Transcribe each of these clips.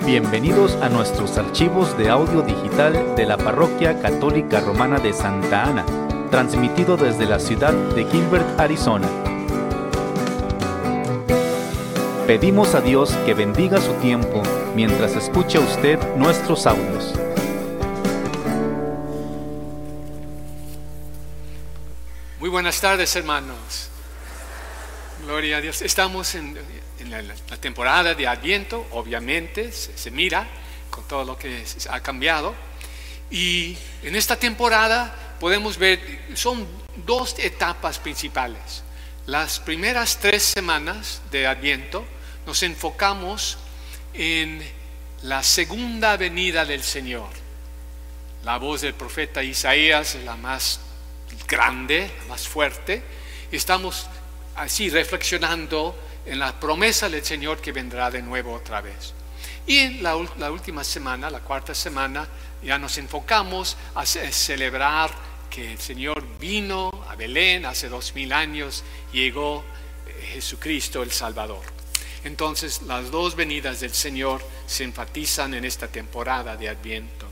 Bienvenidos a nuestros archivos de audio digital de la Parroquia Católica Romana de Santa Ana, transmitido desde la ciudad de Gilbert, Arizona. Pedimos a Dios que bendiga su tiempo mientras escucha usted nuestros audios. Muy buenas tardes, hermanos. Gloria a Dios. Estamos en la temporada de Adviento, obviamente, se mira con todo lo que ha cambiado. Y en esta temporada podemos ver, son dos etapas principales. Las primeras 3 semanas de Adviento nos enfocamos en la segunda venida del Señor. La voz del profeta Isaías es la más grande, la más fuerte. Estamos así reflexionando en la promesa del Señor que vendrá de nuevo otra vez. Y en la última semana, la 4ª semana, ya nos enfocamos a celebrar que el Señor vino a Belén hace 2000 años, llegó Jesucristo el Salvador. Entonces las dos venidas del Señor se enfatizan en esta temporada de Adviento.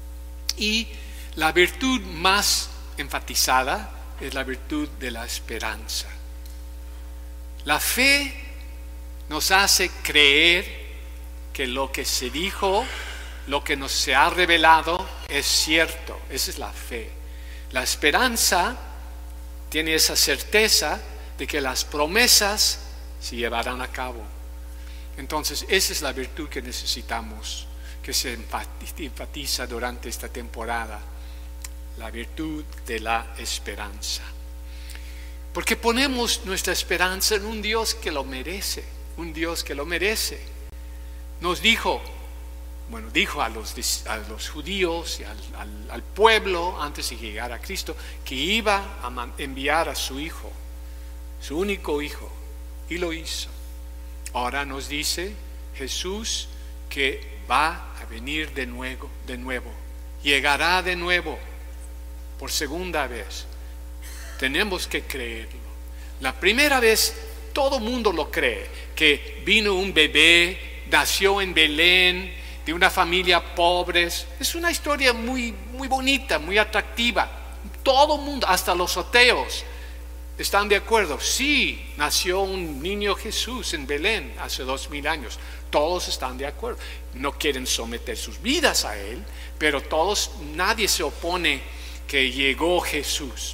Y la virtud más enfatizada es la virtud de la esperanza. La fe nos hace creer que lo que se dijo, lo que nos se ha revelado es cierto. Esa es la fe. La esperanza tiene esa certeza de que las promesas se llevarán a cabo. Entonces esa es la virtud que necesitamos, que se enfatiza durante esta temporada. La virtud de la esperanza. Porque ponemos nuestra esperanza en un Dios que lo merece, un Dios que lo merece. Nos dijo a los judíos y al pueblo antes de llegar a Cristo que iba a enviar a su Hijo, su único Hijo, y lo hizo. Ahora nos dice Jesús que va a venir de nuevo, llegará de nuevo. Por segunda vez. Tenemos que creerlo. La primera vez todo mundo lo cree, que vino un bebé, nació en Belén, de una familia pobre. Es una historia muy, muy bonita, muy atractiva. Todo mundo, hasta los ateos, están de acuerdo. Sí, nació un niño Jesús en Belén hace 2000 años. Todos están de acuerdo. No quieren someter sus vidas a él, pero nadie se opone que llegó Jesús.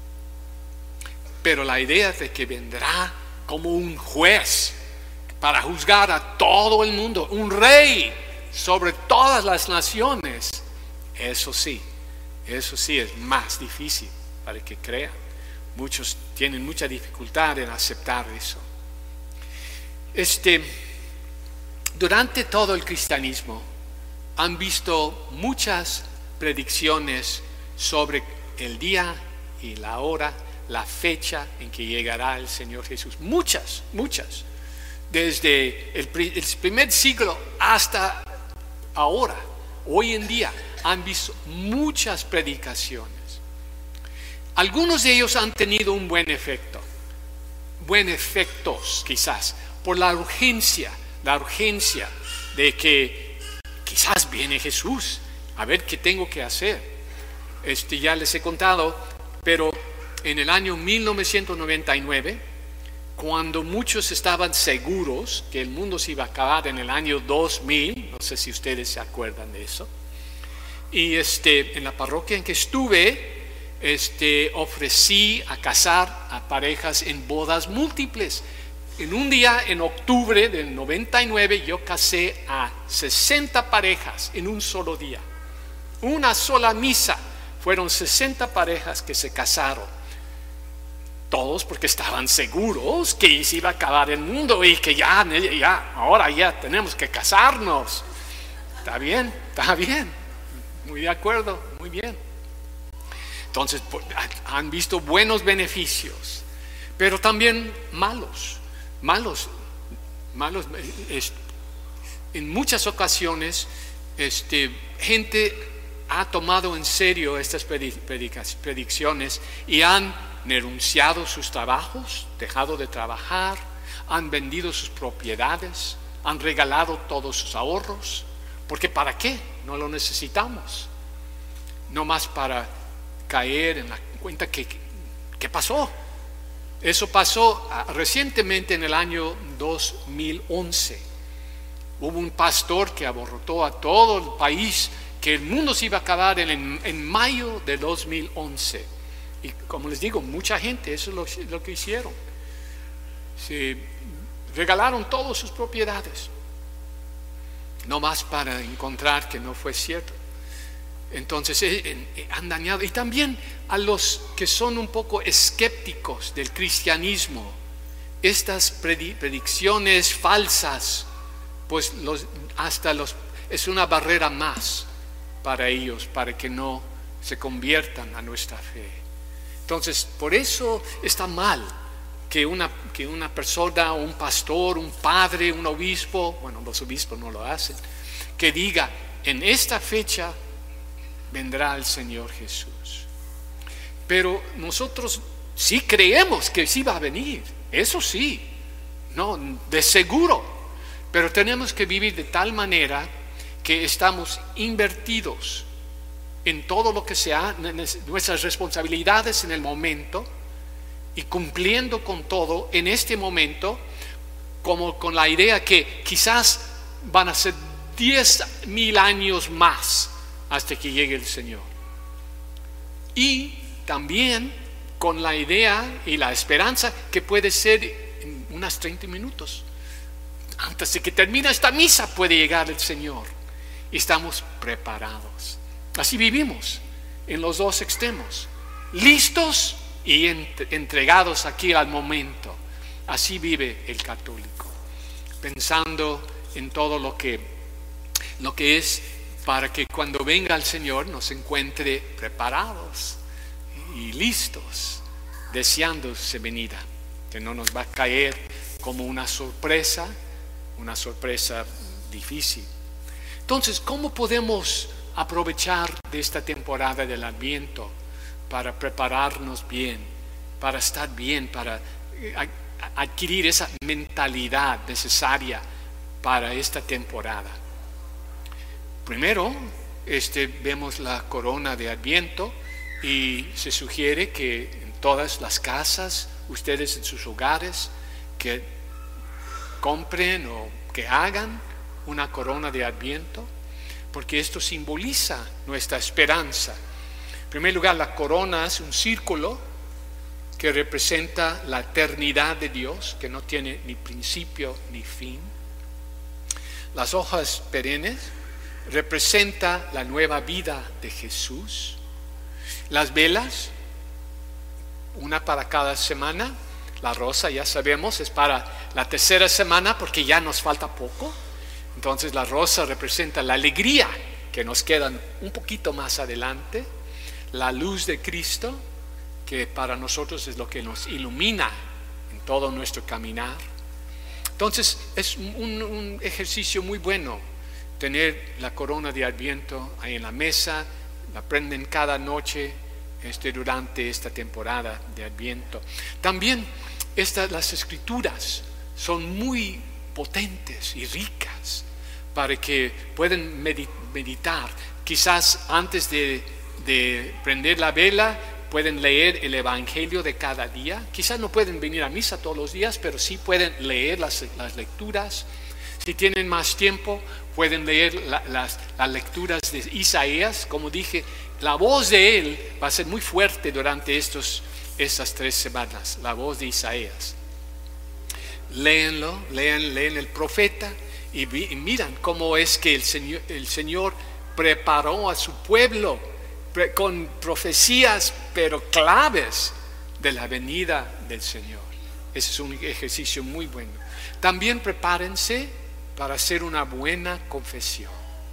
Pero la idea de que vendrá como un juez para juzgar a todo el mundo, un rey sobre todas las naciones, eso sí es más difícil para que crean. Muchos tienen mucha dificultad en aceptar eso. Durante todo el cristianismo han visto muchas predicciones sobre el día y la hora, la fecha en que llegará el Señor Jesús. Muchas. Desde el primer siglo hasta ahora, hoy en día, han visto muchas predicaciones. Algunos de ellos han tenido un buen efectos quizás, por la urgencia de que quizás viene Jesús, a ver qué tengo que hacer. Ya les he contado, pero en el año 1999, cuando muchos estaban seguros que el mundo se iba a acabar en el año 2000, no sé si ustedes se acuerdan de eso, y en la parroquia en que estuve, ofrecí a casar a parejas en bodas múltiples. En un día, en octubre del 99, yo casé a 60 parejas en un solo día, una sola misa. Fueron 60 parejas que se casaron. Todos porque estaban seguros que se iba a acabar el mundo y que ahora ya tenemos que casarnos. Está bien. Muy de acuerdo, muy bien. Entonces han visto buenos beneficios, pero también malos. En muchas ocasiones, gente ha tomado en serio estas predicciones y han renunciado a sus trabajos, dejado de trabajar, han vendido sus propiedades, han regalado todos sus ahorros, porque ¿para qué? No lo necesitamos, no más para caer en la cuenta que ¿qué pasó? Eso pasó recientemente en el año 2011. Hubo un pastor que abortó a todo el país, que el mundo se iba a acabar en mayo de 2011. Y como les digo, mucha gente, eso es lo que hicieron. Se regalaron todas sus propiedades, no más para encontrar que no fue cierto. Entonces han dañado. Y también a los que son un poco escépticos del cristianismo, estas predicciones falsas, pues es una barrera más para ellos, para que no se conviertan a nuestra fe. Entonces, por eso está mal que una persona, un pastor, un padre, un obispo, bueno, los obispos no lo hacen, que diga, en esta fecha vendrá el Señor Jesús. Pero nosotros sí creemos que sí va a venir, eso sí, no, de seguro. Pero tenemos que vivir de tal manera que estamos invertidos en todo lo que sea, nuestras responsabilidades en el momento, y cumpliendo con todo en este momento, como con la idea que quizás van a ser 10,000 años más hasta que llegue el Señor. Y también con la idea y la esperanza que puede ser en unas 30 minutos. Antes de que termine esta misa puede llegar el Señor. Y estamos preparados. Así vivimos en los dos extremos. Listos y entregados aquí al momento. Así vive el católico. Pensando en todo lo que es, para que cuando venga el Señor nos encuentre preparados y listos, deseando su venida, que no nos va a caer como una sorpresa difícil. Entonces, ¿cómo podemos aprovechar de esta temporada del Adviento para prepararnos bien, para estar bien, para adquirir esa mentalidad necesaria para esta temporada? Primero, vemos la corona de Adviento y se sugiere que en todas las casas, ustedes en sus hogares, que compren o que hagan una corona de Adviento, porque esto simboliza nuestra esperanza. En primer lugar, la corona es un círculo que representa la eternidad de Dios, que no tiene ni principio ni fin. Las hojas perennes representa la nueva vida de Jesús. Las velas, una para cada semana. La rosa, ya sabemos, es para la tercera semana porque ya nos falta poco. Entonces la rosa representa la alegría que nos queda un poquito más adelante. La luz de Cristo, que para nosotros es lo que nos ilumina en todo nuestro caminar. Entonces es un ejercicio muy bueno tener la corona de Adviento ahí en la mesa. La prenden cada noche durante esta temporada de Adviento. También las escrituras son muy potentes y ricas para que puedan meditar. Quizás antes de prender la vela pueden leer el Evangelio de cada día. Quizás no pueden venir a misa todos los días, pero sí pueden leer las lecturas. Si tienen más tiempo, pueden leer las lecturas de Isaías. Como dije, la voz de él va a ser muy fuerte durante estas 3 semanas, la voz de Isaías. Leen el profeta y miran cómo es que el Señor preparó a su pueblo con profecías, pero claves de la venida del Señor. Ese es un ejercicio muy bueno. También prepárense para hacer una buena confesión.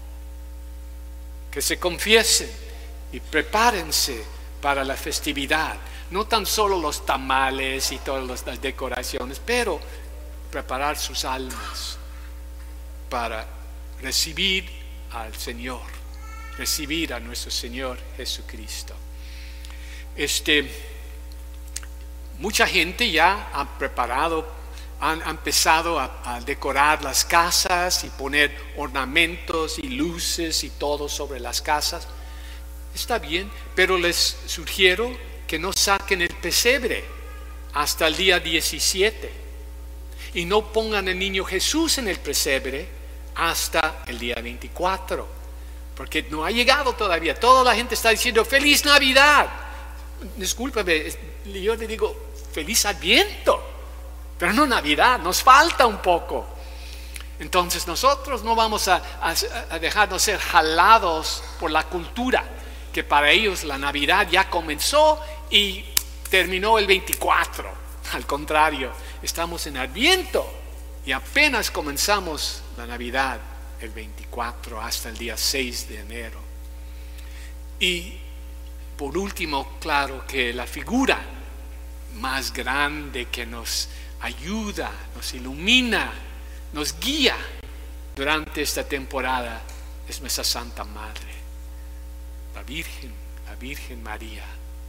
Que se confiesen y prepárense para la festividad. No tan solo los tamales y todas las decoraciones, pero preparar sus almas para recibir al Señor, recibir a nuestro Señor Jesucristo. Mucha gente ya ha preparado han empezado a decorar las casas y poner ornamentos y luces y todo sobre las casas. Está bien, pero les sugiero que no saquen el pesebre hasta el día 17 y no pongan el niño Jesús en el pesebre hasta el día 24, porque no ha llegado todavía. Toda la gente está diciendo ¡Feliz Navidad! Discúlpame, yo le digo ¡Feliz Adviento! Pero no Navidad, nos falta un poco. Entonces nosotros no vamos a dejarnos ser jalados por la cultura, que para ellos la Navidad ya comenzó y terminó el 24. Al contrario, estamos en Adviento y apenas comenzamos la Navidad el 24 hasta el día 6 de enero. Y por último, claro que la figura más grande que nos ayuda, nos ilumina, nos guía durante esta temporada es nuestra Santa Madre, la Virgen María.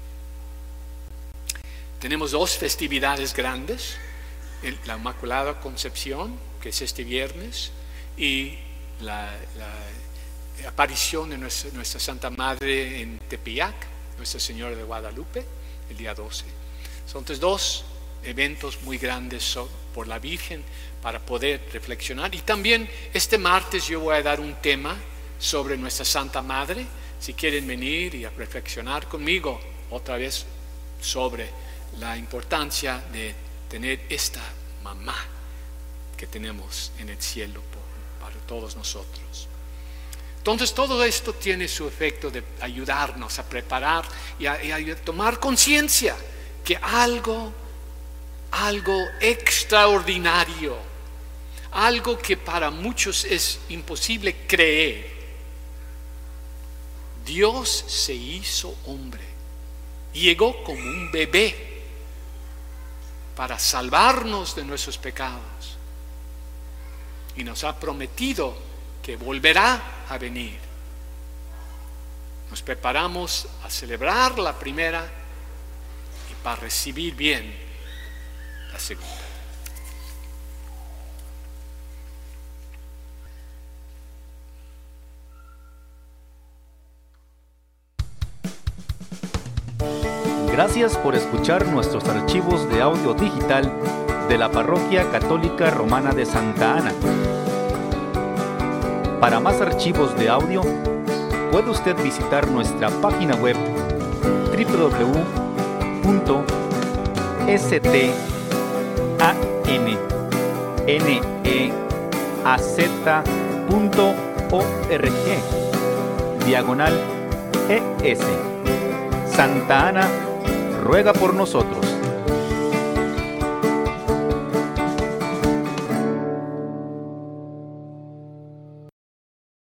Tenemos dos festividades grandes, la Inmaculada Concepción, que es este viernes, y la aparición de nuestra Santa Madre en Tepeyac, Nuestra Señora de Guadalupe, el día 12. Son entonces dos eventos muy grandes por la Virgen para poder reflexionar. Y también este martes yo voy a dar un tema sobre nuestra Santa Madre, si quieren venir y a reflexionar conmigo otra vez sobre la importancia de tener esta mamá que tenemos en el cielo para todos nosotros. Entonces todo esto tiene su efecto de ayudarnos a preparar y a tomar conciencia que algo extraordinario, algo que para muchos es imposible creer. Dios se hizo hombre, llegó como un bebé para salvarnos de nuestros pecados y nos ha prometido que volverá a venir. Nos preparamos a celebrar la primera y para recibir bien la segunda. Gracias por escuchar nuestros archivos de audio digital de la Parroquia Católica Romana de Santa Ana. Para más archivos de audio, puede usted visitar nuestra página web www.stanneaz.org/es. Santa Ana ruega por nosotros.